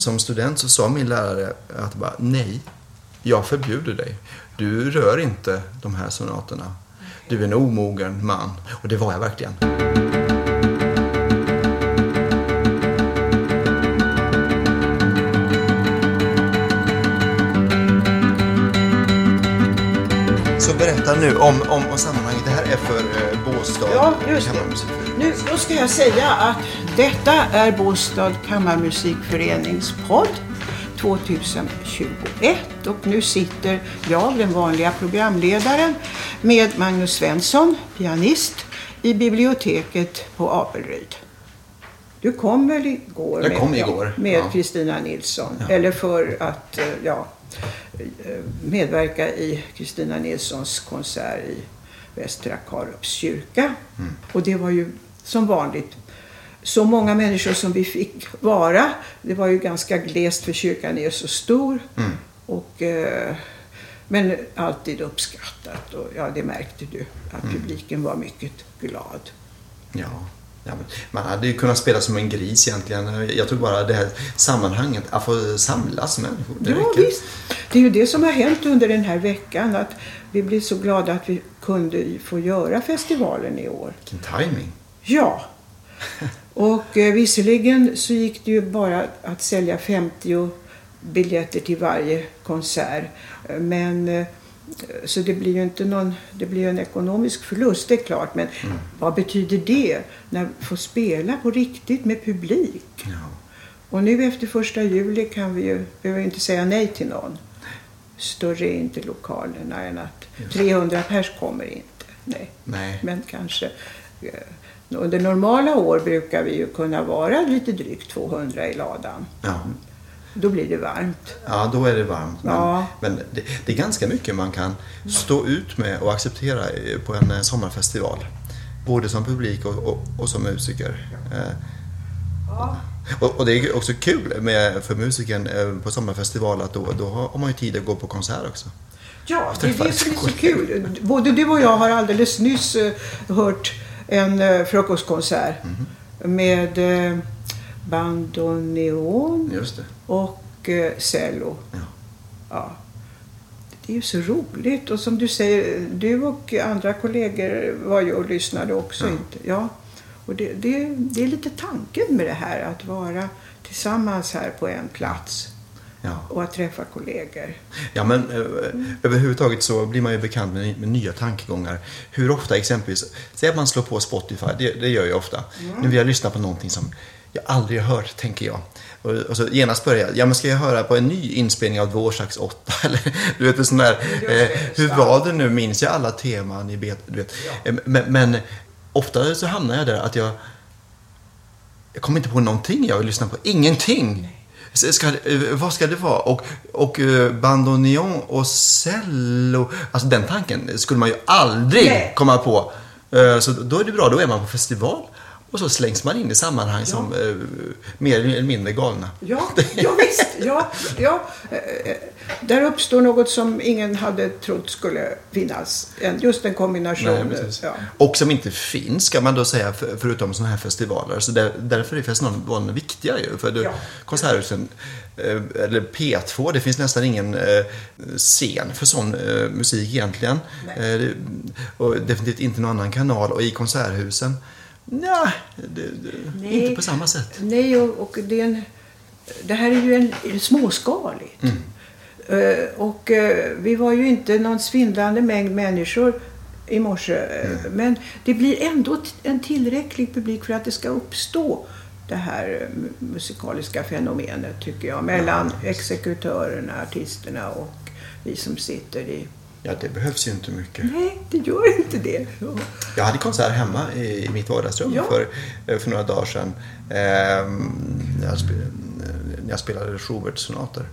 Som student så sa min lärare att bara, nej, jag förbjuder dig. Du rör inte de här sonaterna. Du är en omogen man. Och det var jag verkligen. Så berätta nu om sammanhanget. Det här är för Båstad. Ja, just det. Nu då ska jag säga att detta är Båstad kammarmusikförenings podd 2021 och nu sitter jag, den vanliga programledaren, med Magnus Svensson, pianist, i biblioteket på Apelryd. Du kom väl igår? Med Kristina Nilsson, eller för att medverka i Kristina Nilssons konsert i Västra Karups kyrka. Och det var ju som vanligt så många människor som vi fick vara. Det var ju ganska glest för kyrkan är så stor. Och, men alltid uppskattat. Och ja, det märkte du att publiken var mycket glad. Ja, men man hade ju kunnat spela som en gris egentligen. Jag tror bara det här sammanhanget att få samlas människor. Ja, visst. Det är ju det som har hänt under den här veckan. Att vi blir så glada att vi kunde få göra festivalen i år. Vilken timing. Ja. Och visserligen så gick det ju bara att sälja 50 biljetter till varje konsert. Men så det blir ju inte det blir en ekonomisk förlust, det är klart. Men vad betyder det när vi får spela på riktigt med publik? Ja. Och nu efter 1 juli behöver vi inte säga nej till någon. Större är inte lokalerna än att 300 pers kommer inte. Nej. Men kanske under normala år brukar vi ju kunna vara lite drygt 200 i ladan. Ja. Då blir det varmt. Ja, då är det varmt. Men det är ganska mycket man kan stå ut med och acceptera på en sommarfestival. Både som publik och som musiker. Ja. Och det är också kul för musiken på sommarfestival att då har man ju tid att gå på konsert också. Ja, det är det som är så kul. Både du och jag har alldeles nyss hört en frukostkonsert med bandoneon och cello. Ja. Det är ju så roligt. Och som du säger, du och andra kollegor var ju och lyssnade också. Ja. Och det är lite tanken med det här, att vara tillsammans här på en plats. Ja. Och att träffa kollegor. Ja, men överhuvudtaget så blir man ju bekant med nya tankegångar. Hur ofta exempelvis, säg att man slår på Spotify, det gör jag ofta. Nu vill jag lyssna på någonting som jag aldrig har hört, tänker jag. Och så genast börjar jag, men ska jag höra på en ny inspelning av Dvořáks 8? Eller, du vet, en sån där, hur var det nu, minns jag alla teman i bet, du vet. Ja. Men ofta så hamnar jag där att jag kommer inte på någonting jag vill lyssna på. Ingenting. Vad ska det vara? Och bandoneon och cello. Alltså den tanken skulle man ju aldrig komma på. Så då är det bra, då är man på festival. Och så slängs man in i sammanhang som mer eller mindre galna. Ja, visst. Ja. Där uppstår något som ingen hade trott skulle finnas. Just en kombination. Nej, och som inte finns, ska man då säga, förutom sådana här festivaler. Så därför är festivalen viktiga ju. För konserthusen, eller P2, det finns nästan ingen scen för sån musik egentligen. Och definitivt inte någon annan kanal. Och i konserthusen, inte på samma sätt. Nej, och det här är ju en småskaligt. Och vi var ju inte någon svindlande mängd människor i morse. Men det blir ändå en tillräcklig publik för att det ska uppstå det här musikaliska fenomenet, tycker jag. Mellan exekutörerna, artisterna och vi som sitter i... Ja, det behövs ju inte mycket. Nej, det gör inte det. Jag hade konsert hemma i mitt vardagsrum för några dagar sedan. När jag spelade Schubert-sonater.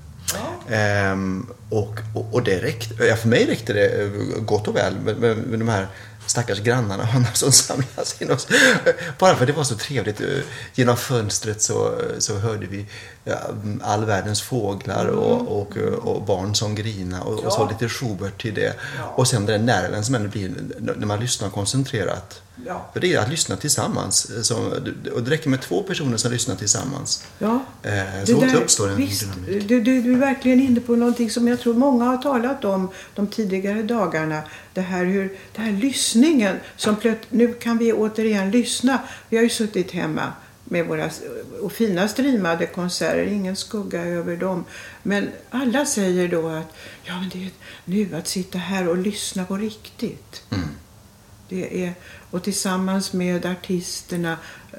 Och det räckte, för mig räckte det gott och väl med de här stackars grannarna som samlas in oss. Bara för det var så trevligt. Genom fönstret så hörde vi all världens fåglar och barn som grina och så lite Schubert till det. Och sen den nerven som ändå blir när man lyssnar koncentrerat. Ja. För det är att lyssna tillsammans. Och det räcker med 2 personer som lyssnar tillsammans. Ja. Så uppstår en dynamik. Du är verkligen inne på någonting som jag tror många har talat om de tidigare dagarna. Det här lyssningen. Nu kan vi återigen lyssna. Vi har ju suttit hemma med våra och fina streamade konserter. Ingen skugga över dem. Men alla säger då att men det är nu att sitta här och lyssna på riktigt. Det är, och tillsammans med artisterna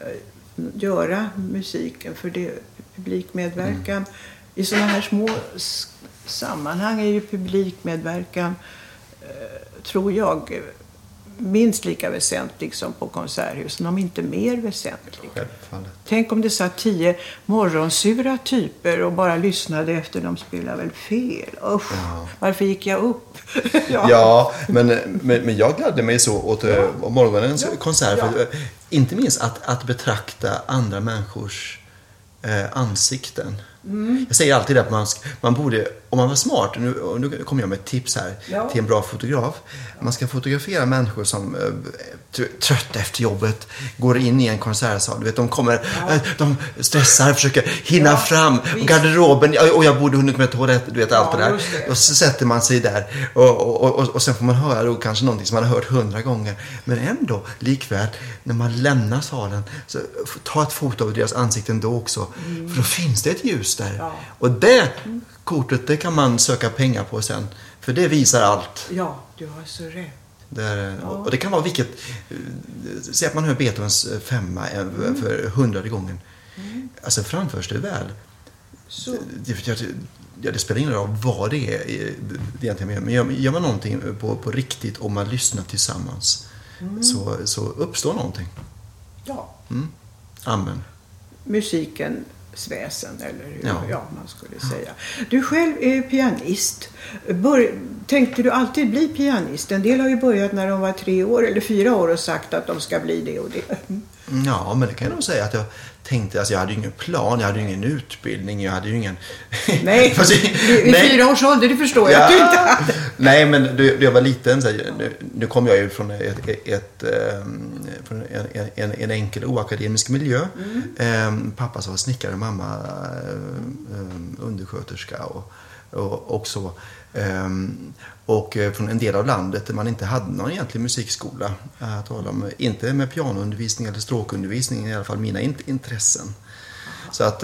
göra musiken, för det publikmedverkan i sådana här små sammanhang är ju publikmedverkan tror jag minst lika väsentlig som på konserthusen, om inte mer väsentlig. Självfallet. Tänk om det satt 10 morgonsura typer och bara lyssnade efter de spelar väl fel. Varför gick jag upp? Ja, men jag gladde mig så åt morgonens konsert. För, inte minst att betrakta andra människors ansikten. Jag säger alltid att man borde, om man var smart, nu kommer jag med ett tips här till en bra fotograf. Man ska fotografera människor som trötta efter jobbet går in i en konsertsal. Du vet, de stressar, försöker hinna fram garderoben, och jag borde hunnit med toalett, du vet, allt det där. Och så sätter man sig där och sen får man höra då kanske någonting som man har hört 100 gånger. Men ändå, likväl, när man lämnar salen, så ta ett foto av deras ansikten då också. För då finns det ett ljus där. Ja. Och det kortet, det kan man söka pengar på sen. För det visar allt. Ja, du har så rätt. Och det kan vara vilket... Säg att man hör Beethovens 5 för 100:e gången. Alltså framförs det väl. Så. Det spelar ingen roll vad det är egentligen. Men gör man någonting på riktigt och man lyssnar tillsammans så uppstår någonting. Ja. Amen. Musiken väsen, eller hur man skulle säga. Du själv är pianist. Tänkte du alltid bli pianist? En del har ju börjat när de var 3 år eller 4 år och sagt att de ska bli det och det. Ja, men det kan jag nog säga att jag tänkte, alltså jag hade ju ingen plan, jag hade ju ingen utbildning, jag hade ju ingen... Nej, i 4 års ålder, det förstår jag att du inte hade. Nej, men när jag var liten, så nu kom jag ju från en enkel oakademisk miljö. Pappa var snickare, mamma undersköterska och så. Och från en del av landet där man inte hade någon egentlig musikskola att tala om. Inte med pianoundervisning eller stråkundervisning, i alla fall mina intressen. Så att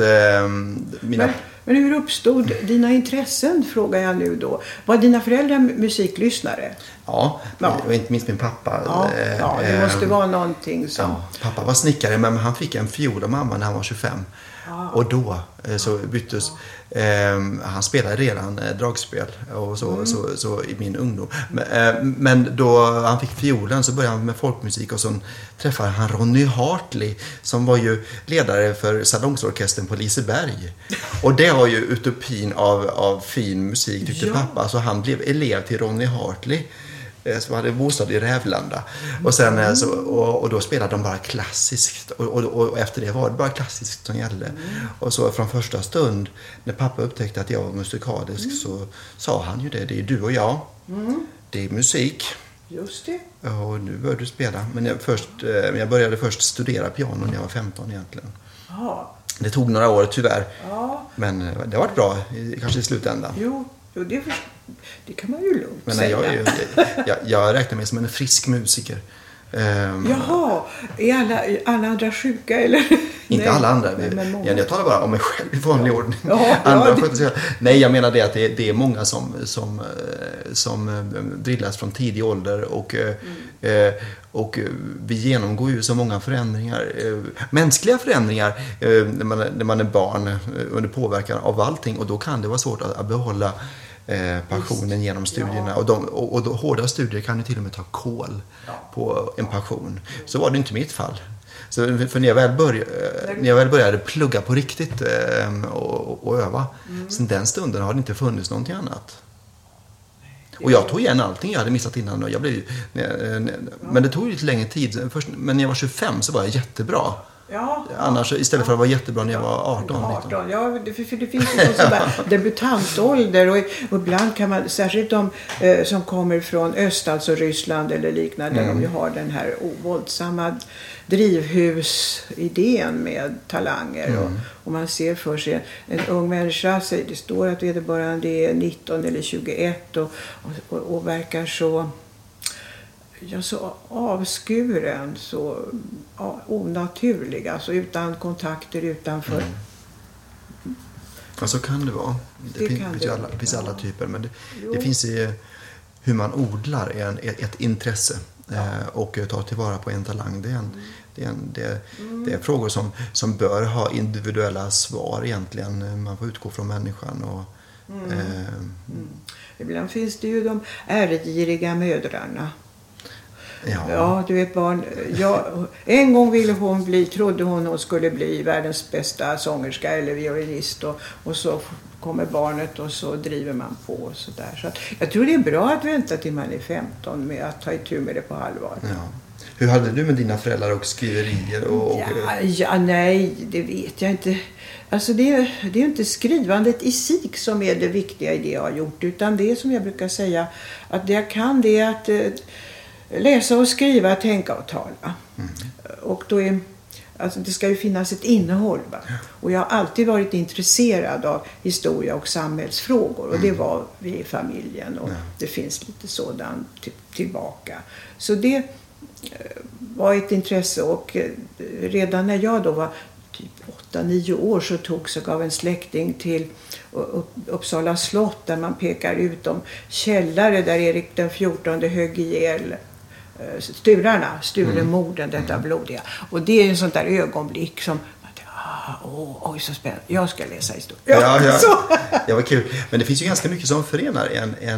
Men hur uppstod dina intressen, frågar jag nu då? Var dina föräldrar musiklyssnare? Ja, och inte minst min pappa. Ja, det måste vara någonting som... Ja, pappa var snickare, men han fick en fiol av mamma när han var 25. Och då så byttes... han spelade redan dragspel och så i min ungdom. Men då han fick fiolen så började han med folkmusik, och så träffade han Ronny Hartley som var ju ledare för salongsorkestern på Liseberg. Och det var ju utopin av fin musik, tyckte pappa. Så han blev elev till Ronny Hartley, som hade bostad i Rävlanda. Och sen och då spelade de bara klassiskt, och efter det var det bara klassiskt som gällde. Och så från första stund när pappa upptäckte att jag var musikalisk så sa han ju det är du och jag. Det är musik. Just det. Och nu började du spela. Men jag började först studera piano när jag var 15 egentligen. Det tog några år tyvärr. Men det har varit bra, kanske i slutändan. Jo, det kan man ju lugnt säga. Jag räknar mig som en frisk musiker. Jaha, är alla andra sjuka eller? Inte alla andra. Jag talar bara om mig själv i vanlig ordning. Nej, jag menar det att det är många som drillas från tidig ålder och vi genomgår ju så många förändringar, mänskliga förändringar när man är barn under påverkan av allting, och då kan det vara svårt att behålla passionen genom studierna. Och hårda studier kan ju till och med ta kål på en passion. Så var det inte mitt fall. Så för när jag väl började plugga på riktigt och öva, sen den stunden har det inte funnits någonting annat. Och jag tog igen allting jag hade missat innan. Och men det tog ju lite längre tid. Men när jag var 25 så var jag jättebra. Ja. Annars, istället för att vara jättebra när jag var 18. 18, ja, för det finns ju sån där debutantålder och ibland kan man, särskilt de som kommer från öst, alltså Ryssland eller liknande, de ju har den här våldsamma drivhusidén med talanger och man ser för sig en ung människa, det står att vederbörande är 19 eller 21 och verkar så avskuren, så onaturlig, alltså utan kontakter utanför. Ja, så kan det vara. Det finns alla typer, men det finns i hur man odlar ett intresse och tar tillvara på en talang. Det är frågor som bör ha individuella svar egentligen. Man får utgå från människan och ibland finns det ju de ärgiriga mödrarna. Ja, du vet barn. En gång trodde hon skulle bli världens bästa sångerska eller violinist och så kommer barnet och så driver man på och så där. Så jag tror det är bra att vänta till man är 15 med att ta itu med det på allvar. Ja. Hur hade du med dina föräldrar och skriverier? Nej, det vet jag inte. Alltså det är inte skrivandet i sig som är det viktiga i det jag har gjort, utan det är som jag brukar säga att det jag kan det är att läsa och skriva, tänka och tala. Och då alltså det ska ju finnas ett innehåll. Va? Och jag har alltid varit intresserad av historia och samhällsfrågor. Och det var vi i familjen. Och det finns lite sådant tillbaka. Så det var ett intresse. Och redan när jag då var typ 8-9 år så togs jag av en släkting till Uppsala slott. Där man pekar ut de källare där Erik den 14 högg ihjäl Sturemorden, detta blodiga. Och det är en sånt där ögonblick som oj så spännande, jag ska läsa historia. Ja, vad kul. Men det finns ju ganska mycket som förenar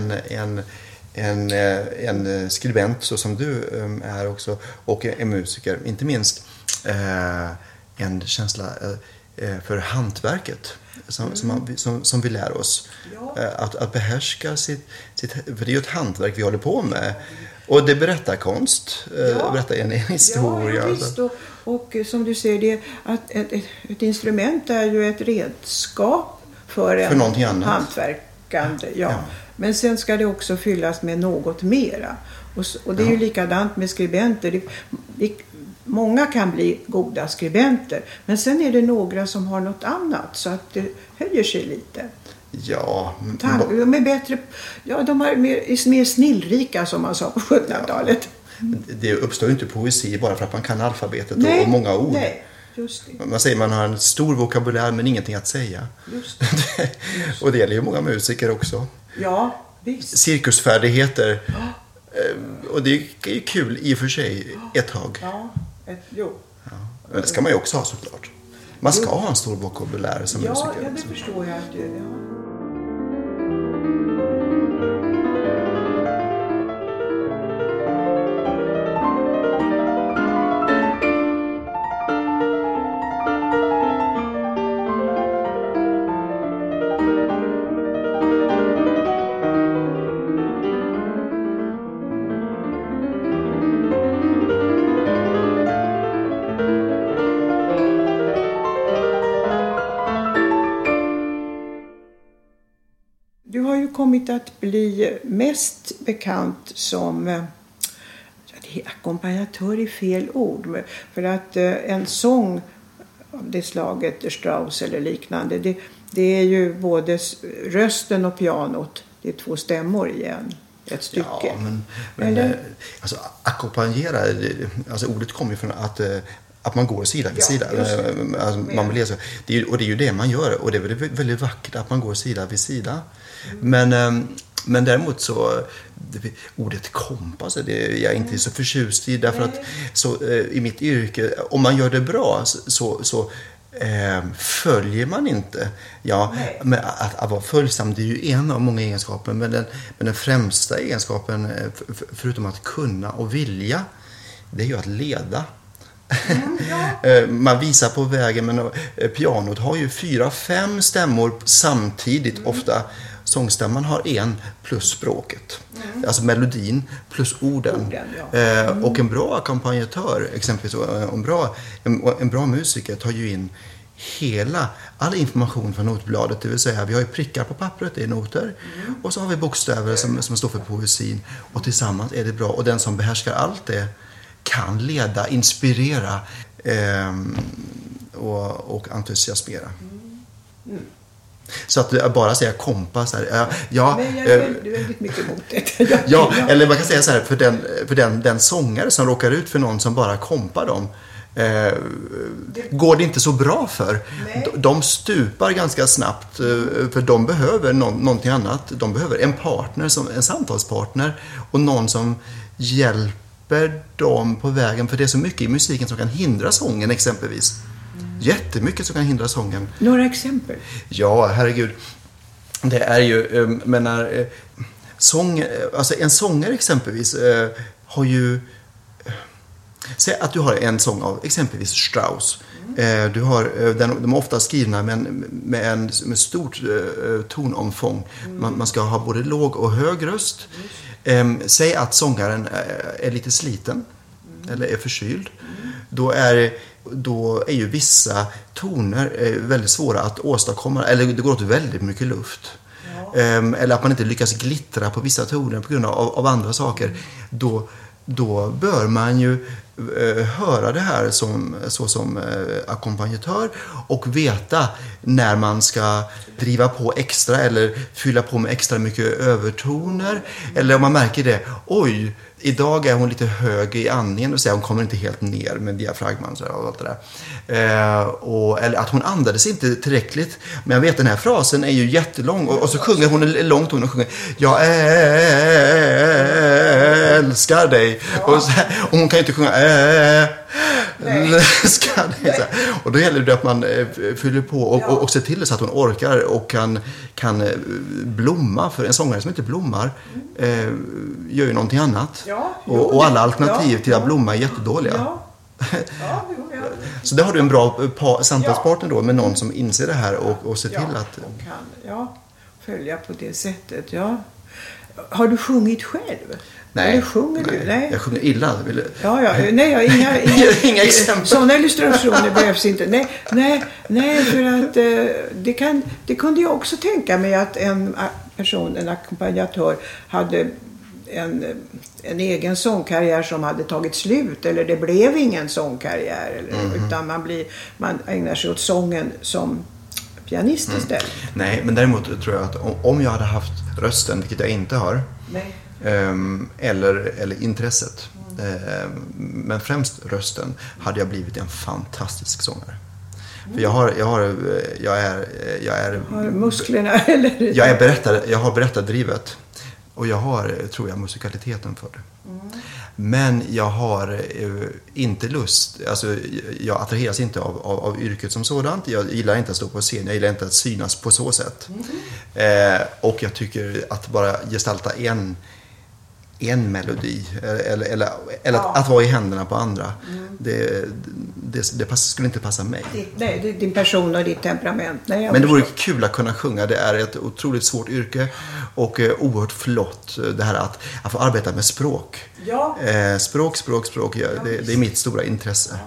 en skribent så som du är också och en musiker, inte minst en känsla för hantverket som vi lär oss. Att behärska sitt, för det är ju ett hantverk vi håller på med. Och det berättar konst, berättar en historia. Ja, visst. Och som du säger, ett instrument är ju ett redskap för någonting annat. Hantverkande. Ja. Men sen ska det också fyllas med något mera. Och det är ju likadant med skribenter. Många kan bli goda skribenter. Men sen är det några som har något annat så att det höjer sig lite. Ja. De är bättre. Ja, de är mer snillrika som man sa på 1700-talet. Det uppstår ju inte poesi bara för att man kan alfabetet och många ord. Nej, just det. Man säger man har en stor vokabulär men ingenting att säga. Just det. Och det gäller ju många musiker också. Ja, visst. Cirkusfärdigheter. Och det är ju kul i och för sig ett tag. Ja, Men det ska man ju också ha såklart. Man ska ha en stor vokabulär som musiker. Ja, det förstår jag att du. Du har ju kommit att bli mest bekant som det är ackompanjatör i fel ord. För att en sång av det slaget, Strauss eller liknande, det är ju både rösten och pianot. Det är 2 stämmor igen. Ett stycke. Ja, men alltså ackompanjera, alltså ordet kommer ju från att man går sida vid sida. Alltså, man vill läsa. Och det är ju det man gör. Och det är väldigt vackert att man går sida vid sida. Men däremot så ordet kompass det är jag inte så förtjust i. Därför att så, i mitt yrke, om man gör det bra så följer man inte. Men att vara följsam, det är ju en av många egenskaper. Men den främsta egenskapen, förutom att kunna och vilja, det är ju att leda. Man visar på vägen, men pianot har ju 4-5 stämmor samtidigt ofta. sångstämman har en plus språket. Alltså melodin plus orden. Och en bra ackompanjatör, exempelvis en bra musiker, tar ju in all information från notbladet. Det vill säga, vi har ju prickar på pappret, det är noter. Och så har vi bokstäver som står för poesin. Och tillsammans är det bra. Och den som behärskar allt det kan leda, inspirera och entusiasmera. Så att bara säga kompass här. Men jag är väldigt mycket emot det. Eller man kan säga så här, för den sångare som råkar ut för någon som bara kompar dem, går det inte så bra för. De stupar ganska snabbt, för de behöver någonting annat. De behöver en partner, en samtalspartner, och någon som hjälper dem på vägen. För det är så mycket i musiken som kan hindra sången exempelvis. Jättemycket som kan hindra sången. Några exempel? Ja, herregud. Det är ju, alltså en sångare exempelvis har ju, säg att du har en sång av exempelvis Strauss. Du har, de är ofta skrivna med stort tonomfång. Man ska ha både låg och hög röst. Säg att sångaren är lite sliten eller är förkyld. Då är ju vissa toner väldigt svåra att åstadkomma, eller det går åt väldigt mycket luft. Eller att man inte lyckas glittra på vissa toner på grund av andra saker. Då bör man ju höra det här som ackompanjatör och veta när man ska driva på extra eller fylla på med extra mycket övertoner. Eller om man märker det, oj, idag är hon lite hög i andningen, och hon kommer inte helt ner med diafragman och allt det där. Eller att hon andades inte tillräckligt. Men jag vet, den här frasen är ju jättelång, och så sjunger hon en lång ton och sjunger jag älskar dig. Och hon kan ju inte sjunga älskar dig. Så. Och då gäller det att man fyller på och ser till så att hon orkar och kan blomma. För en sångare som inte blommar gör ju någonting annat. Och alla alternativ till att blomma är jättedåliga. Så där har du en bra samtalspartner då, med någon som inser det här och ser till att... Och kan följa på det sättet, Har du sjungit själv? Nej. Eller sjunger du? Nej. Jag sjunger illa. Nej, jag har inga exempel. Sådana illustrationer behövs inte. Nej, för att det kunde jag också tänka mig att en ackompanjatör hade en egen sångkarriär som hade tagit slut, eller det blev ingen sångkarriär, utan man ägnar sig åt sången som pianist istället. Nej, men däremot tror jag att om jag hade haft rösten, vilket jag inte har, eller intresset, men främst rösten, hade jag blivit en fantastisk sångare. För jag har musklerna, eller? Jag har berättardrivet. Och jag har, tror jag, musikaliteten för det. Men jag har inte lust, alltså jag attraheras inte av yrket som sådant. Jag gillar inte att stå på scen, jag gillar inte att synas på så sätt. Och jag tycker att bara gestalta en melodi eller att vara i händerna på andra, det skulle inte passa mig. Nej, det är din person och ditt temperament. Nej, men det vore kul att kunna sjunga. Det är ett otroligt svårt yrke och oerhört flott, det här att få arbeta med språk. Språk. Det är mitt stora intresse.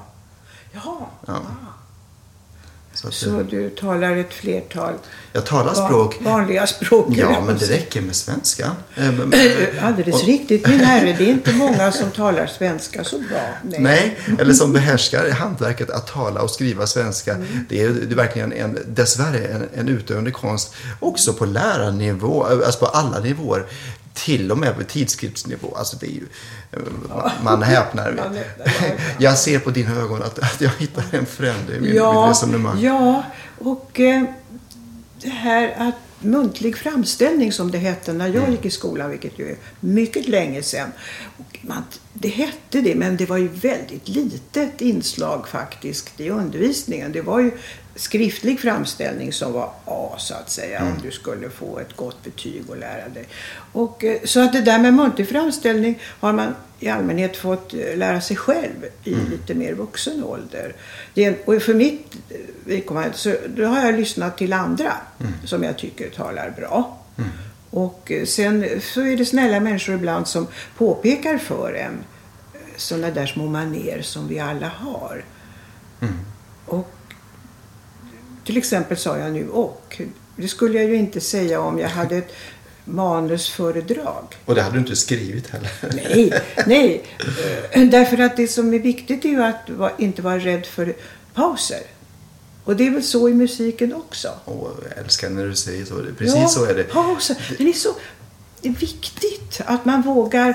Så du talar ett flertal jag talar språk. Vanliga språk. Ja, men det räcker med svenska. Alldeles riktigt, min herre. Det är inte många som talar svenska så bra. Nej, eller som behärskar hantverket att tala och skriva svenska. Det är verkligen dessvärre en utövande konst. Också på lärarnivå, alltså på alla nivåer. Till och med på tidskriftsnivå. Alltså det är ju, man häpnar. Jag ser på dina ögon att jag hittar en förändring i mitt resonemang. Ja, och det här att muntlig framställning som det hette när jag gick i skolan, vilket ju är mycket länge sedan. Och det hette det, men det var ju väldigt litet inslag faktiskt i undervisningen. Det var ju skriftlig framställning som var A, så att säga, om du skulle få ett gott betyg och lära dig. Och så att det där med muntlig framställning har man i allmänhet fått lära sig själv i lite mer vuxen ålder. Och för mitt vidkommande så då har jag lyssnat till andra som jag tycker talar bra. Och sen så är det snälla människor ibland som påpekar för en sådana där små manér som vi alla har. Och till exempel sa jag nu och. Det skulle jag ju inte säga om jag hade ett manusföredrag. Och det hade du inte skrivit heller. Nej. Därför att det som är viktigt är ju att inte vara rädd för pauser. Och det är väl så i musiken också. Jag älskar när du säger så. Precis så är det. Pauser. Det är viktigt att man vågar...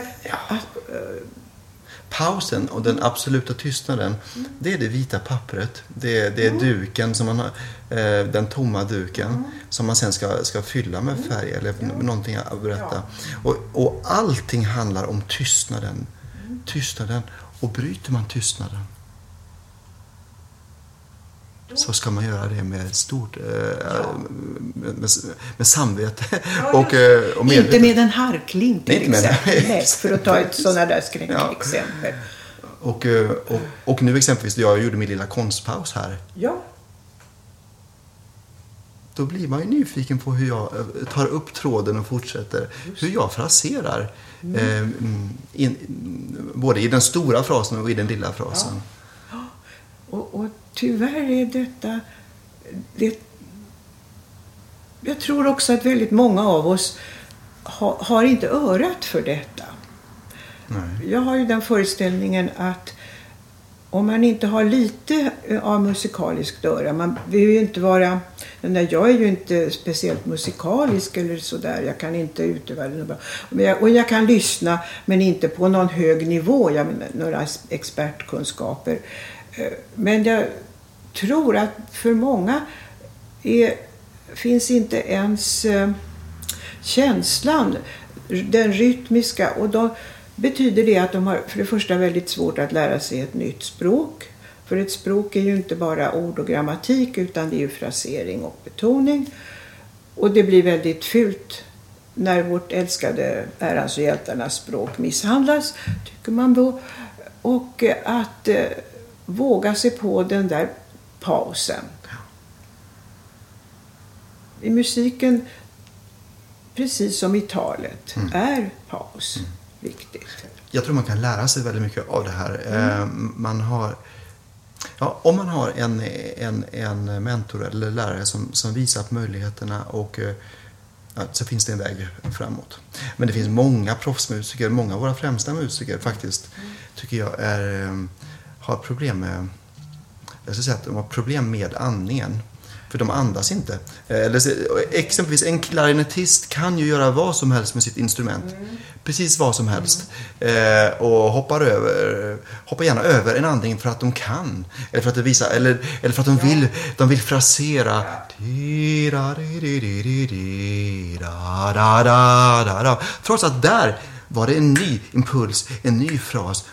Pausen och den absoluta tystnaden, det är det vita pappret. Det är duken som man har, den tomma duken som man sen ska fylla med färg eller med någonting att berätta. Och allting handlar om tystnaden. Tystnaden. Och bryter man tystnaden så ska man göra det med stort med samvete och medvetet. Inte med en harkling till exempel. För att ta ett sådana där skräckexempel. Och nu exempelvis, jag gjorde min lilla konstpaus här. Ja. Då blir man ju nyfiken på hur jag tar upp tråden och fortsätter. Hur jag fraserar. Både i den stora frasen och i den lilla frasen. Ja. Och tyvärr är detta... Jag tror också att väldigt många av oss har inte örat för detta. Nej. Jag har ju den föreställningen att om man inte har lite av musikaliskt öra, man vill ju inte vara... Jag är ju inte speciellt musikalisk eller sådär, jag kan inte utöva det bra. Och jag kan lyssna, men inte på någon hög nivå, jag menar, några expertkunskaper. Men jag tror att för många finns inte ens känslan, den rytmiska, och då betyder det att de har för det första väldigt svårt att lära sig ett nytt språk. För ett språk är ju inte bara ord och grammatik, utan det är ju frasering och betoning. Och det blir väldigt fult när vårt älskade ärans och hjältarnas språk misshandlas, tycker man då. Och att våga sig på den där pausen. I musiken, precis som i talet, är paus viktigt. Jag tror man kan lära sig väldigt mycket av det här. Man har... Ja, om man har en mentor eller lärare som visar på möjligheterna och så finns det en väg framåt. Men det finns många proffsmusiker, många av våra främsta musiker faktiskt, tycker jag har problem med, jag ska säga att de har problem med andningen. För de andas inte. Exempelvis en klarinettist kan ju göra vad som helst med sitt instrument. Precis vad som helst. Och hoppar gärna över en andning för att de kan. Eller för att det visar, eller för att de vill frasera. Trots att där var det en ny impuls, en ny fras.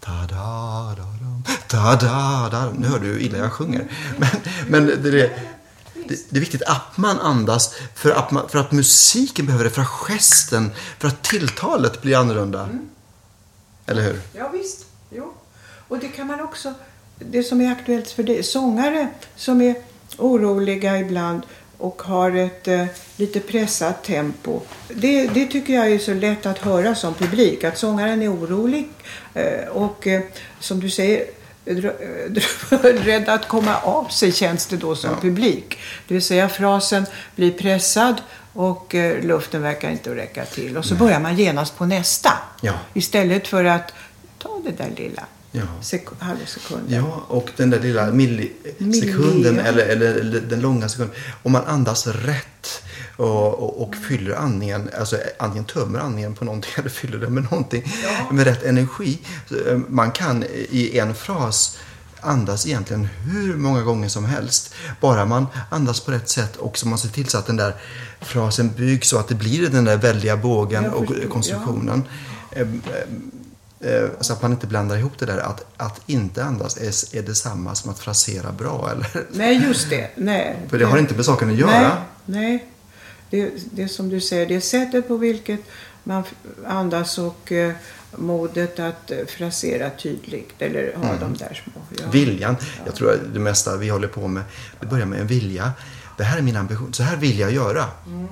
Nu hör du hur illa jag sjunger. Men det är viktigt att man andas för att musiken behöver det, för att gesten, för att tilltalet blir annorlunda. Eller hur? Ja, visst. Jo. Och det kan man också, det som är aktuellt för det, sångare som är oroliga ibland och har ett lite pressat tempo. Det tycker jag är så lätt att höra som publik, att sångaren är orolig och som du säger, rädd att komma av sig, känns det då som publik. Det vill säga frasen blir pressad och luften verkar inte räcka till. Och så börjar man genast på nästa. Ja. Istället för att ta det där lilla halvsekunden. Ja, och den där lilla millisekunden eller den långa sekunden. Om man andas rätt och fyller andningen, alltså antingen tömmer andningen på någonting eller fyller den med någonting med rätt energi. Man kan i en fras andas egentligen hur många gånger som helst. Bara man andas på rätt sätt och så man ser till så att den där frasen byggs så att det blir den där väldiga bågen och konstruktionen. Så att man inte blandar ihop det där. Att inte andas är detsamma som att frasera bra, eller? Nej, just det. Nej. För det har inte med saken att göra. Nej. Det som du säger, det är sättet på vilket man andas och modet att frasera tydligt eller ha de där små. Ja. Viljan. Jag tror att det mesta vi håller på med, det börjar med en vilja. Det här är min ambition. Så här vill jag göra.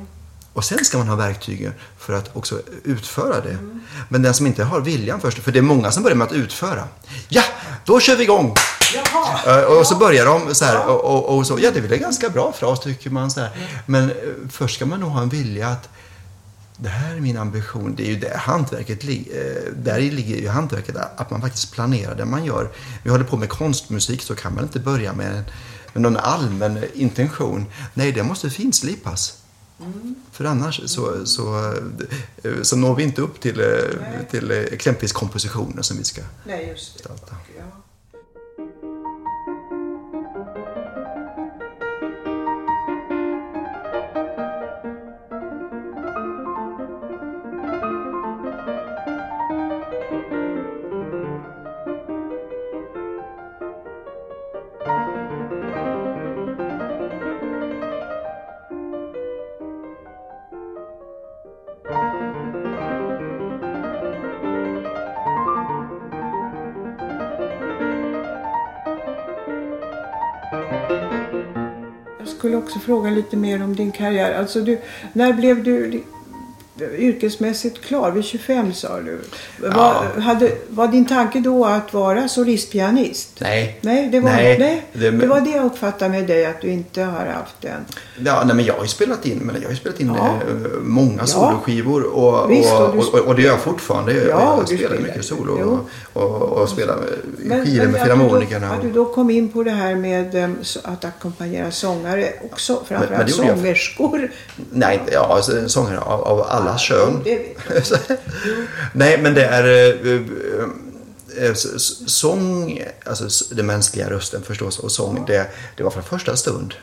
Och sen ska man ha verktygen för att också utföra det. Men den som inte har viljan först, för det är många som börjar med att utföra. Ja, då kör vi igång! Och så börjar de så här och så, ja det är väl ganska bra för oss tycker man så här. Men först ska man nog ha en vilja att det här är min ambition. Det är ju det hantverket, där ligger ju hantverket, att man faktiskt planerar det man gör. Vi håller på med konstmusik, så kan man inte börja med någon allmän intention. Nej, det måste finslipas. För annars så når vi inte upp till exempelvis kompositioner som vi ska gestalta. Ja. Jag skulle också fråga lite mer om din karriär. Alltså när blev du yrkesmässigt klar? Vid 25 sa du. Var din tanke då att vara solistpianist? Nej. Det var det jag uppfattade med dig, att du inte har haft den. Ja, nej, men jag har ju spelat in många soloskivor och det gör jag fortfarande. Jag spelar mycket solo och spelar skivor med filharmonikerna. Att du då kom in på det här med att ackompanjera sångare också, framförallt sångerskor. Nej, sångare av alla kön. Nej, men det är sång, alltså den mänskliga rösten förstås, och sång, det var från första stund.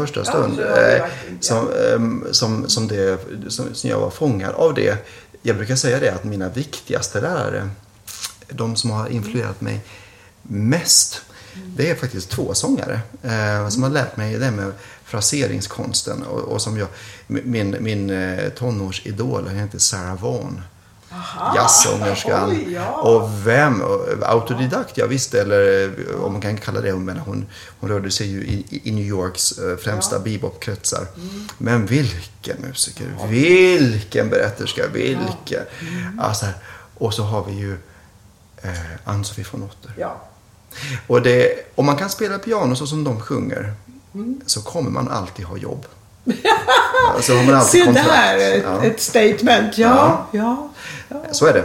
Som jag var fångad av det. Jag brukar säga det att mina viktigaste lärare, de som har influerat mig mest, det är faktiskt 2 sångare som har lärt mig det med fraseringskonsten och som min tonårsidol heter Sarah Vaughan. Jazzsångerskan. Och autodidakt, jag visste, eller om man kan kalla det, men hon rörde sig ju i New Yorks främsta bebopkretsar. Men vilken musiker, vilken berätterska, vilken. Alltså, och så har vi ju Ann-Sofie von Otter. Och om man kan spela piano så som de sjunger, så kommer man alltid ha jobb. Så har man alltid kontrakt. Där, ett statement. Ja. Så är det.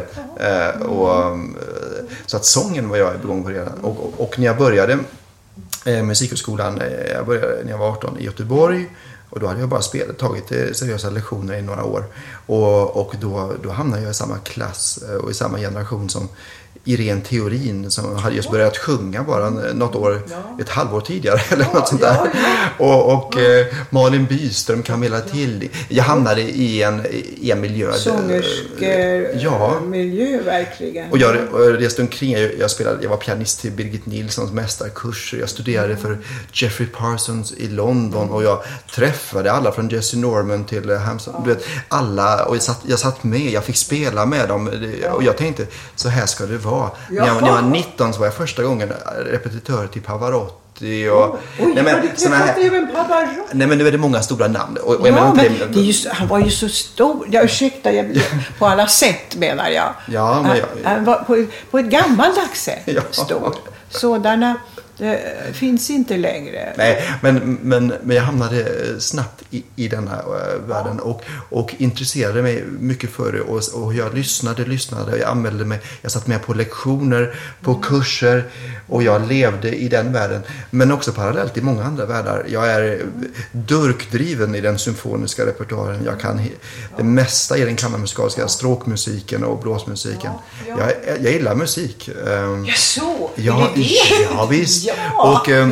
Så att sången var jag igång på redan. Och när jag började musikhögskolan, jag började när jag var 18 i Göteborg. Och då hade jag bara tagit seriösa lektioner i några år. Och då hamnade jag i samma klass och i samma generation som Irene Theorin, som hade just börjat sjunga bara något år, ett halvår tidigare eller något sånt där. Och Malin Byström, Camilla Tilly. Jag hamnade i en miljö. Miljö verkligen. Och jag reste omkring. Jag var pianist till Birgit Nilssons mästarkurser. Jag studerade för Jeffrey Parsons i London. Och jag träffade alla från Jesse Norman till Hamson. Du vet, alla. Och jag satt med. Jag fick spela med dem. Och jag tänkte, så här ska det vara. När jag var 19 så var jag första gången repetitör till Pavarotti. Nej men nu är det många stora namn. Han var ju så stor. På alla sätt menar jag. Han var på ett gammaldags sätt stor. Sådana finns inte längre. Nej, men jag hamnade snabbt i den här världen och intresserade mig mycket för det, och jag lyssnade, jag anmälde mig, jag satt med på lektioner, på kurser, och jag levde i den världen, men också parallellt i många andra världar. Jag är durkdriven i den symfoniska repertoaren. Jag kan det mesta i den kammarmusikaliska stråkmusiken och blåsmusiken. Jag gillar musik. Ja, visst. Och, det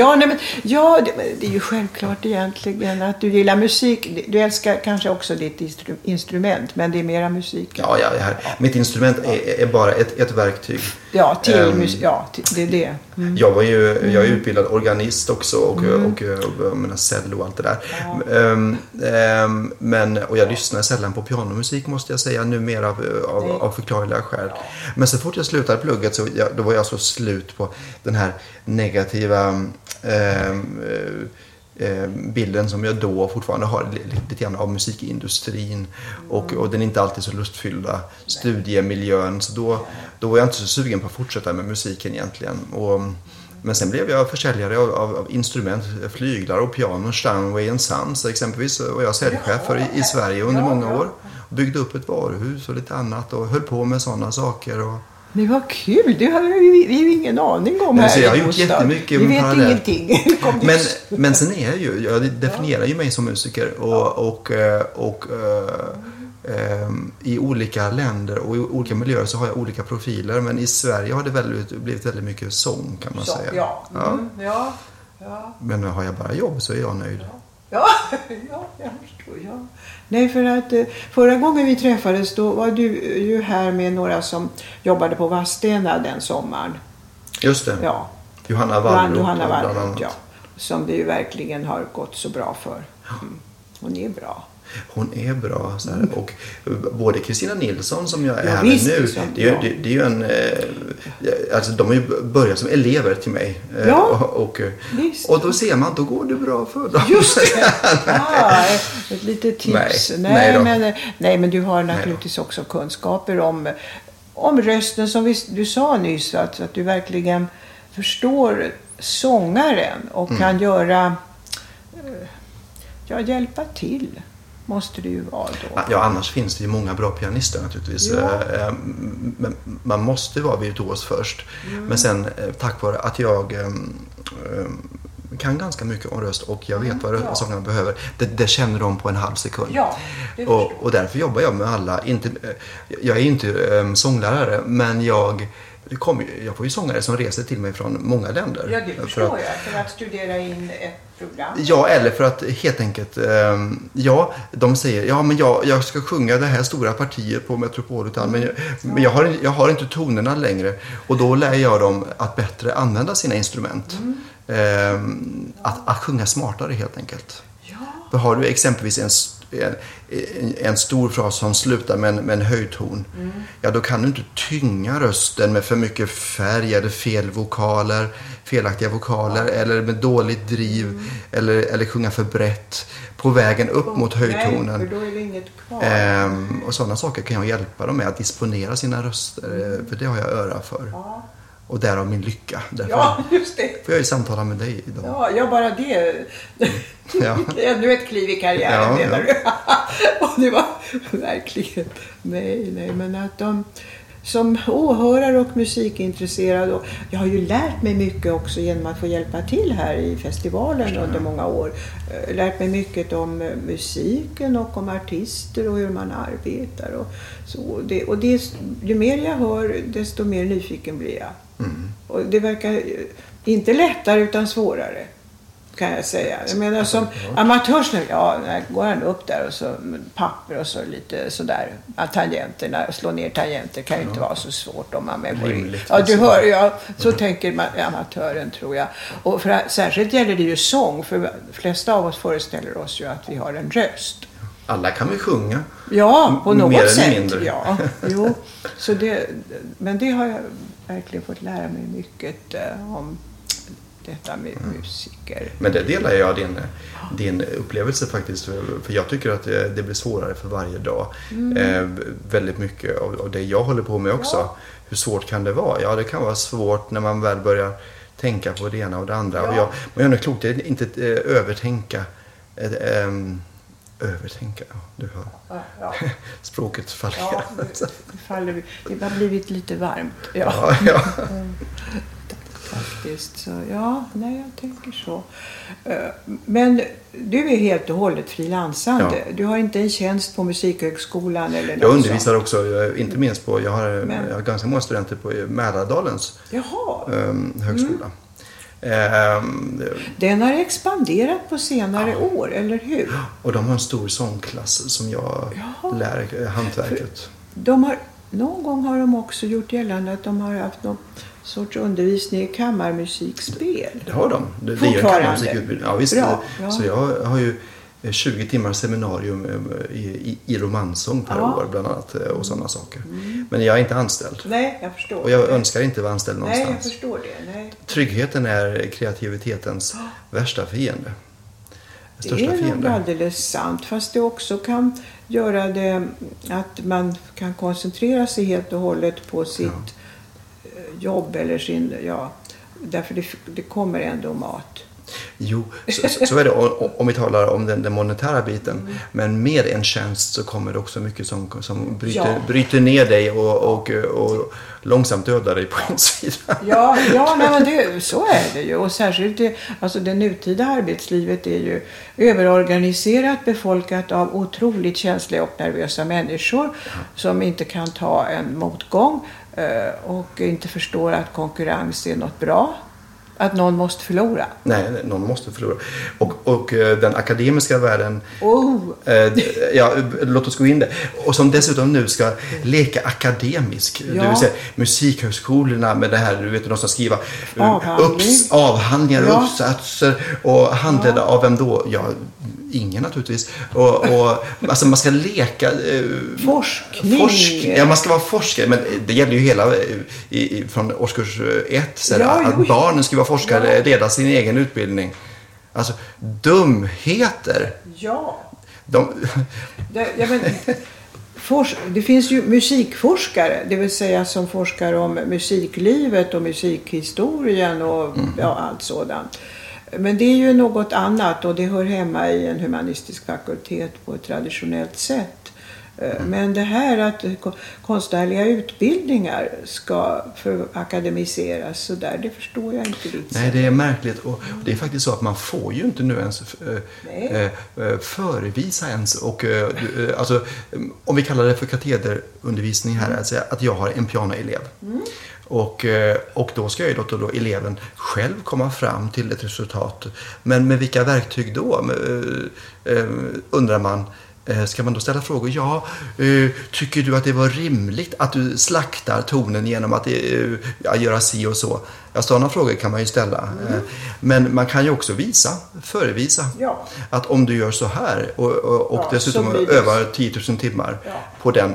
är ju självklart egentligen att du gillar musik. Du älskar kanske också ditt instrument, men det är mera musik. Mitt instrument är bara ett verktyg. Det är det. Jag är utbildad organist också och cello och allt det där. Och jag lyssnar sällan på pianomusik, måste jag säga, numera av förklarliga skäl. Men så fort jag slutade plugget då var jag så slut på den här negativa bilden som jag då fortfarande har lite grann av musikindustrin och den är inte alltid så lustfyllda studiemiljön, så då var jag inte så sugen på att fortsätta med musiken egentligen. Men sen blev jag försäljare av instrument, flyglar och piano, Steinway & Sons exempelvis, och jag säljchef för i Sverige under många år. Byggde upp ett varuhus och lite annat och höll på med sådana saker. Det var kul, det har vi ju ingen aning om här. Jag har gjort jättemycket. Vi vet ingenting. Men sen är jag definierar ju mig som musiker och i olika länder och i olika miljöer så har jag olika profiler, men i Sverige har det blivit väldigt mycket sång, kan man säga. Ja. Men har jag bara jobb så är jag nöjd. Ja, jag förstår. Ja. Nej, för att förra gången vi träffades då var du ju här med några som jobbade på Vadstena den sommaren. Just det. Ja. Johanna Wallroth, ja. Som det ju verkligen har gått så bra för. Hon är bra. Hon är bra. Så här. Och både Kristina Nilsson som jag är här med nu. Det är ju en... Alltså de har ju börjat som elever till mig. Ja, och då ser man, då går det bra för dem. Just det. Ett litet tips. Nej, men du har naturligtvis också kunskaper om rösten som du sa nyss. Att du verkligen förstår sångaren och kan hjälpa till. Måste det ju vara då. Ja, annars finns det ju många bra pianister naturligtvis. Ja. Men man måste vara virtuos först. Men sen tack vare att jag kan ganska mycket om röst och jag vet vad sångarna behöver. Det känner de på en halv sekund. Ja, och därför jobbar jag med alla. Jag är inte sånglärare, men jag får ju sångare som reser till mig från många länder. Ja, det förstår jag. För att studera in ett program. Ja, eller för att helt enkelt... de säger, men jag ska sjunga det här stora partiet på Metropolitan, men jag har inte tonerna längre. Och då lär jag dem att bättre använda sina instrument. Att sjunga smartare helt enkelt. Ja. Då har du exempelvis en stor fras som slutar med en höjton. Ja, då kan du inte tynga rösten med för mycket färg eller felaktiga vokaler eller med dåligt driv eller sjunga för brett på vägen upp mot höjtonen. Nej, för då är det inget kvar. Och sådana saker kan jag hjälpa dem med, att disponera sina röster, för det har jag öra för. Ja. Och därav min lycka. Ja, just det. Får jag ju samtala med dig idag. Ja, bara det. Ja. Nu ett kliv i karriären, menar du. Och det var verkligen... Nej, men att de som åhörare och musikintresserade... Jag har ju lärt mig mycket också genom att få hjälpa till här i festivalen under många år. Lärt mig mycket om musiken och om artister och hur man arbetar. Och ju mer jag hör, desto mer nyfiken blir jag. Och det verkar inte lättare utan svårare, kan jag säga. Jag menar som amatörsnö, går han upp där och så papper och så lite sådär tangenterna, slå ner tangenter kan ju inte vara så svårt om man med rimligt. Ja, du hör, så tänker man, amatören, tror jag. Och särskilt gäller det ju sång, för de flesta av oss föreställer oss ju att vi har en röst. Alla kan vi sjunga. Ja, på något mer sätt. Eller mindre. Ja, jo. Men det har jag verkligen fått lära mig mycket om detta med musiker. Men det delar jag din upplevelse faktiskt. För jag tycker att det blir svårare för varje dag. Väldigt mycket av det jag håller på med också. Ja. Hur svårt kan det vara? Ja, det kan vara svårt när man väl börjar tänka på det ena och det andra. Ja. Och men jag är klokt att inte övertänka. Du hör. Ja. Språket faller. Ja, det har blivit lite varmt. Ja. Faktiskt. Så, jag tänker så. Men du är helt och hållet frilansande. Ja. Du har inte en tjänst på Musikhögskolan eller något. Jag undervisar också, inte minst på, jag har ganska många studenter på Mälardalens högskola. Den har expanderat på senare år, eller hur? Och de har en stor sångklass som jag lär hantverket. Någon gång har de också gjort gällande att de har haft någon sorts undervisning i kammarmusikspel. Det har de. Det är ju kammarmusikutbildning. Ja, visst. Bra. Ja. Så jag har ju 20 timmar seminarium i romansång per år bland annat och sådana saker. Men jag är inte anställd. Nej, jag förstår. Och jag önskar inte vara anställd någonstans. Nej, jag förstår det. Nej. Tryggheten är kreativitetens värsta fiende. Det är nog alldeles sant, fast det också kan göra det att man kan koncentrera sig helt och hållet på sitt jobb eller sin, därför det kommer ändå mat. Jo, så är det om vi talar om den monetära biten. Men med en tjänst så kommer det också mycket som bryter ner dig och långsamt dödar dig på insidan. Så är det ju. Och särskilt det nutida arbetslivet är ju överorganiserat, befolkat av otroligt känsliga och nervösa människor som inte kan ta en motgång och inte förstår att konkurrens är något bra. Att någon måste förlora. Nej, någon måste förlora. Och den akademiska världen... låt oss gå in där. Och som dessutom nu ska leka akademisk. Ja. Det vill säga musikhögskolorna med det här, du vet, de ska skriva avhandlingar, uppsatser och handledda av vem då? Ja, ingen naturligtvis. Och alltså man ska leka... Forskning. Ja, man ska vara forskare. Men det gäller ju hela från årskurs 1. Att barnen ska vara forskare, leda sin egen utbildning. Alltså, dumheter. Ja. Det finns ju musikforskare, det vill säga som forskar om musiklivet och musikhistorien och allt sådant. Men det är ju något annat och det hör hemma i en humanistisk fakultet på ett traditionellt sätt. Men det här att konstnärliga utbildningar ska akademiseras så där, det förstår jag inte riktigt. Nej, det är märkligt och det är faktiskt så att man får ju inte nu ens förevisa ens och alltså om vi kallar det för katederundervisning här, alltså att jag har en pianoelev. Och då ska ju då eleven själv komma fram till ett resultat. Men med vilka verktyg då? Undrar man. Ska man då ställa frågor? Ja, tycker du att det var rimligt att du slaktar tonen genom att göra si och så? Ja, sådana frågor kan man ju ställa. Men man kan ju också förevisa att om du gör så här och dessutom övar 10 000 timmar på den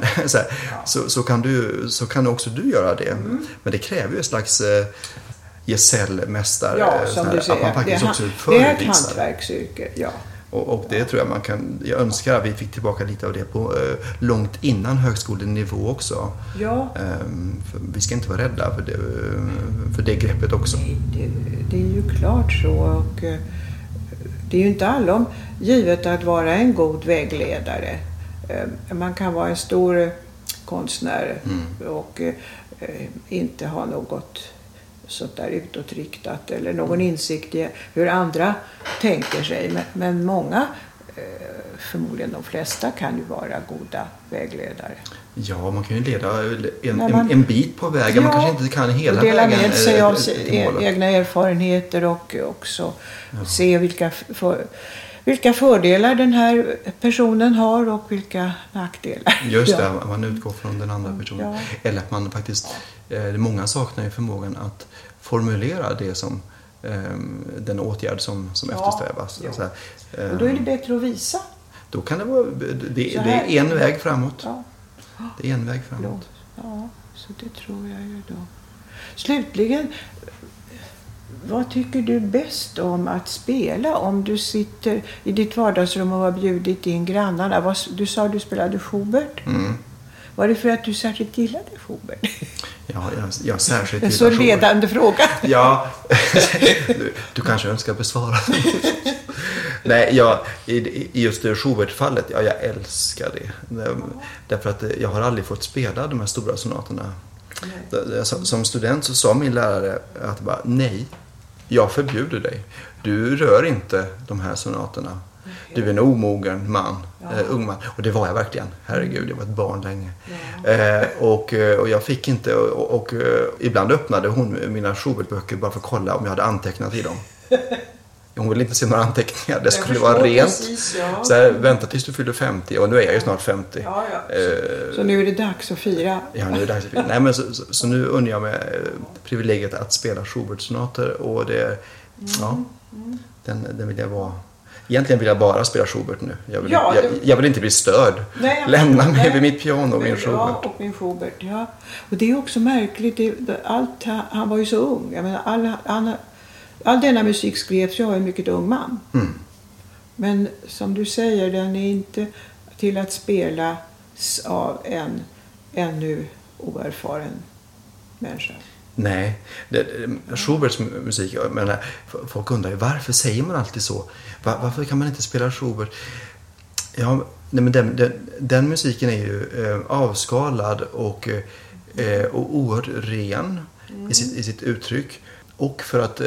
så kan också du göra det. Men det kräver ju en slags gesällmästare att man faktiskt också förevisar. Det är ett hantverksyrke, Och det tror jag önskar att vi fick tillbaka lite av det på långt innan högskolenivå också. Ja. För vi ska inte vara rädda för det greppet också. Nej, det är ju klart så. Och det är ju inte allom givet att vara en god vägledare. Man kan vara en stor konstnär och inte ha något sånt där utåtriktat eller någon insikt i hur andra tänker sig. Men många, förmodligen de flesta, kan ju vara goda vägledare. Ja, man kan ju leda en bit på vägen. Man kanske inte kan hela vägen. Dela med sig av egna erfarenheter och också se vilka fördelar den här personen har och vilka nackdelar. Just det, man utgår från den andra personen. Ja. Eller att man faktiskt, många saknar ju förmågan att formulera det som den åtgärd som eftersträvas. Ja. Och då är det bättre att visa. Då kan det vara, det är en väg framåt. Ja. Det är en väg framåt. Ja, så det tror jag ju då. Slutligen, vad tycker du bäst om att spela om du sitter i ditt vardagsrum och har bjudit in grannarna? Du sa att du spelade Schubert. Var det för att du särskilt gillade Schubert? Ja, jag särskilt gillar Schubert. En så ledande fråga. Ja, du kanske önskar besvara den. Nej, i just det Schubert-fallet, jag älskar det. Därför att jag har aldrig fått spela de här stora sonaterna. Som student så sa min lärare att nej, jag förbjuder dig. Du rör inte de här sonaterna. Du är en omogen man, ung man. Och det var jag verkligen. Herregud, jag var ett barn länge. Och jag fick inte... Och ibland öppnade hon mina Schubert-böcker bara för att kolla om jag hade antecknat i dem. Hon ville inte se några anteckningar. Det skulle vara rent. Precis, så här, vänta tills du fyller 50. Och nu är jag ju snart 50. Ja. Så nu är det dags att fira. Ja, nu är det dags att fira. Nej, men så nu unnar jag mig privilegiet att spela Schubert-sonater. Och det... Den vill jag vara... Egentligen vill jag bara spela Schubert nu. Jag vill inte bli störd. Lämna mig vid mitt piano och min Schubert. Ja, och min Schubert, ja. Och det är också märkligt. Han var ju så ung. Jag menar, all denna musik skrevs ju av en mycket ung man. Men som du säger, den är inte till att spelas av en ännu oerfaren människa. Nej, Schuberts musik, jag menar, folk undrar ju varför säger man alltid så? Varför kan man inte spela Schubert? Ja, nej, men den musiken är ju avskalad och oerhört ren i sitt uttryck. Och för att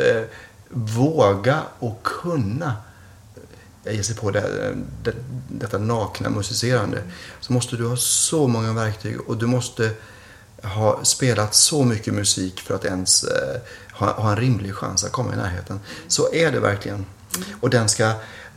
våga och kunna ge sig på detta nakna musicerande så måste du ha så många verktyg och du måste ha spelat så mycket musik för att ens ha en rimlig chans att komma i närheten. Så är det verkligen. Och den ska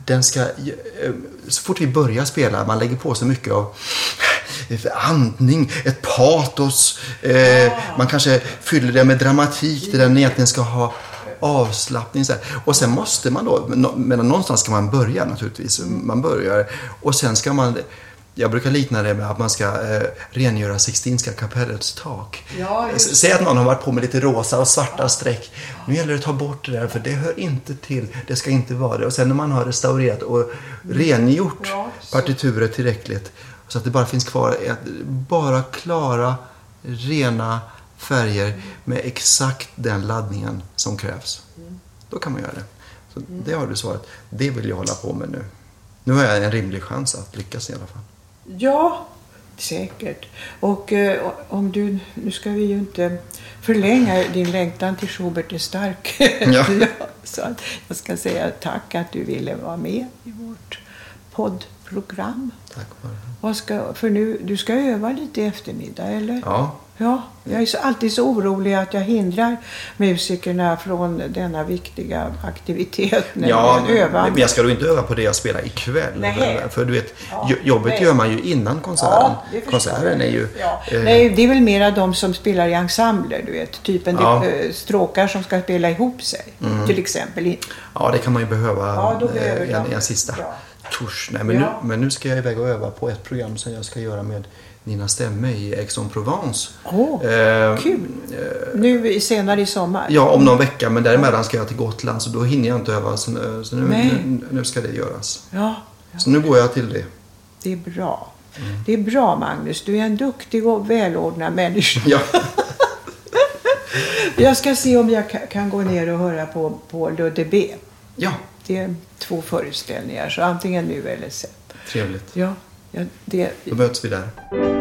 så fort vi börjar spela, man lägger på så mycket av andning, ett patos, man kanske fyller det med dramatik där den egentligen ska ha avslappning så här. Och sen måste man då, men någonstans ska man börja naturligtvis, man börjar och sen ska man, jag brukar likna det med att man ska rengöra Sixtinska kapellets tak. Ja, säg att någon har varit på med lite rosa och svarta streck. Nu gäller det att ta bort det där, för det hör inte till. Det ska inte vara det. Och sen när man har restaurerat och rengjort partituret tillräckligt så att det bara finns kvar bara klara, rena färger med exakt den laddningen som krävs. Då kan man göra det. Så det har du svarat. Det vill jag hålla på med nu. Nu har jag en rimlig chans att lyckas i alla fall. Ja, säkert. Och nu ska vi ju inte förlänga, din längtan till Schubert är stark. Ja. Så att jag ska säga tack att du ville vara med i vårt poddprogram. Tack bara. För nu, du ska öva lite i eftermiddag, eller? Ja. Ja, jag är alltid så orolig att jag hindrar musikerna från denna viktiga aktivitet. Ja, men jag ska då inte öva på det jag spelar ikväll. Nej. För du vet, jobbet gör man ju innan konserten. Ja, konserten är ju... Ja. Nej, det är väl mera de som spelar i ensembler, du vet. Typen stråkar som ska spela ihop sig, till exempel. Ja, det kan man ju behöva en sista tusch. Nej, men nu ska jag iväg och öva på ett program som jag ska göra med Nina Stemme i Aix-en-Provence. Kul! Nu senare i sommar. Ja, om någon vecka. Men däremellan ska jag till Gotland. Så då hinner jag inte öva. Så nu ska det göras. Ja. Så nu går jag till det. Det är bra. Det är bra, Magnus. Du är en duktig och välordnad människa. Ja. Jag ska se om jag kan gå ner och höra på Ludde B. Ja. Det är 2 föreställningar. Så antingen nu eller sen. Trevligt. Ja. Då möts vi där.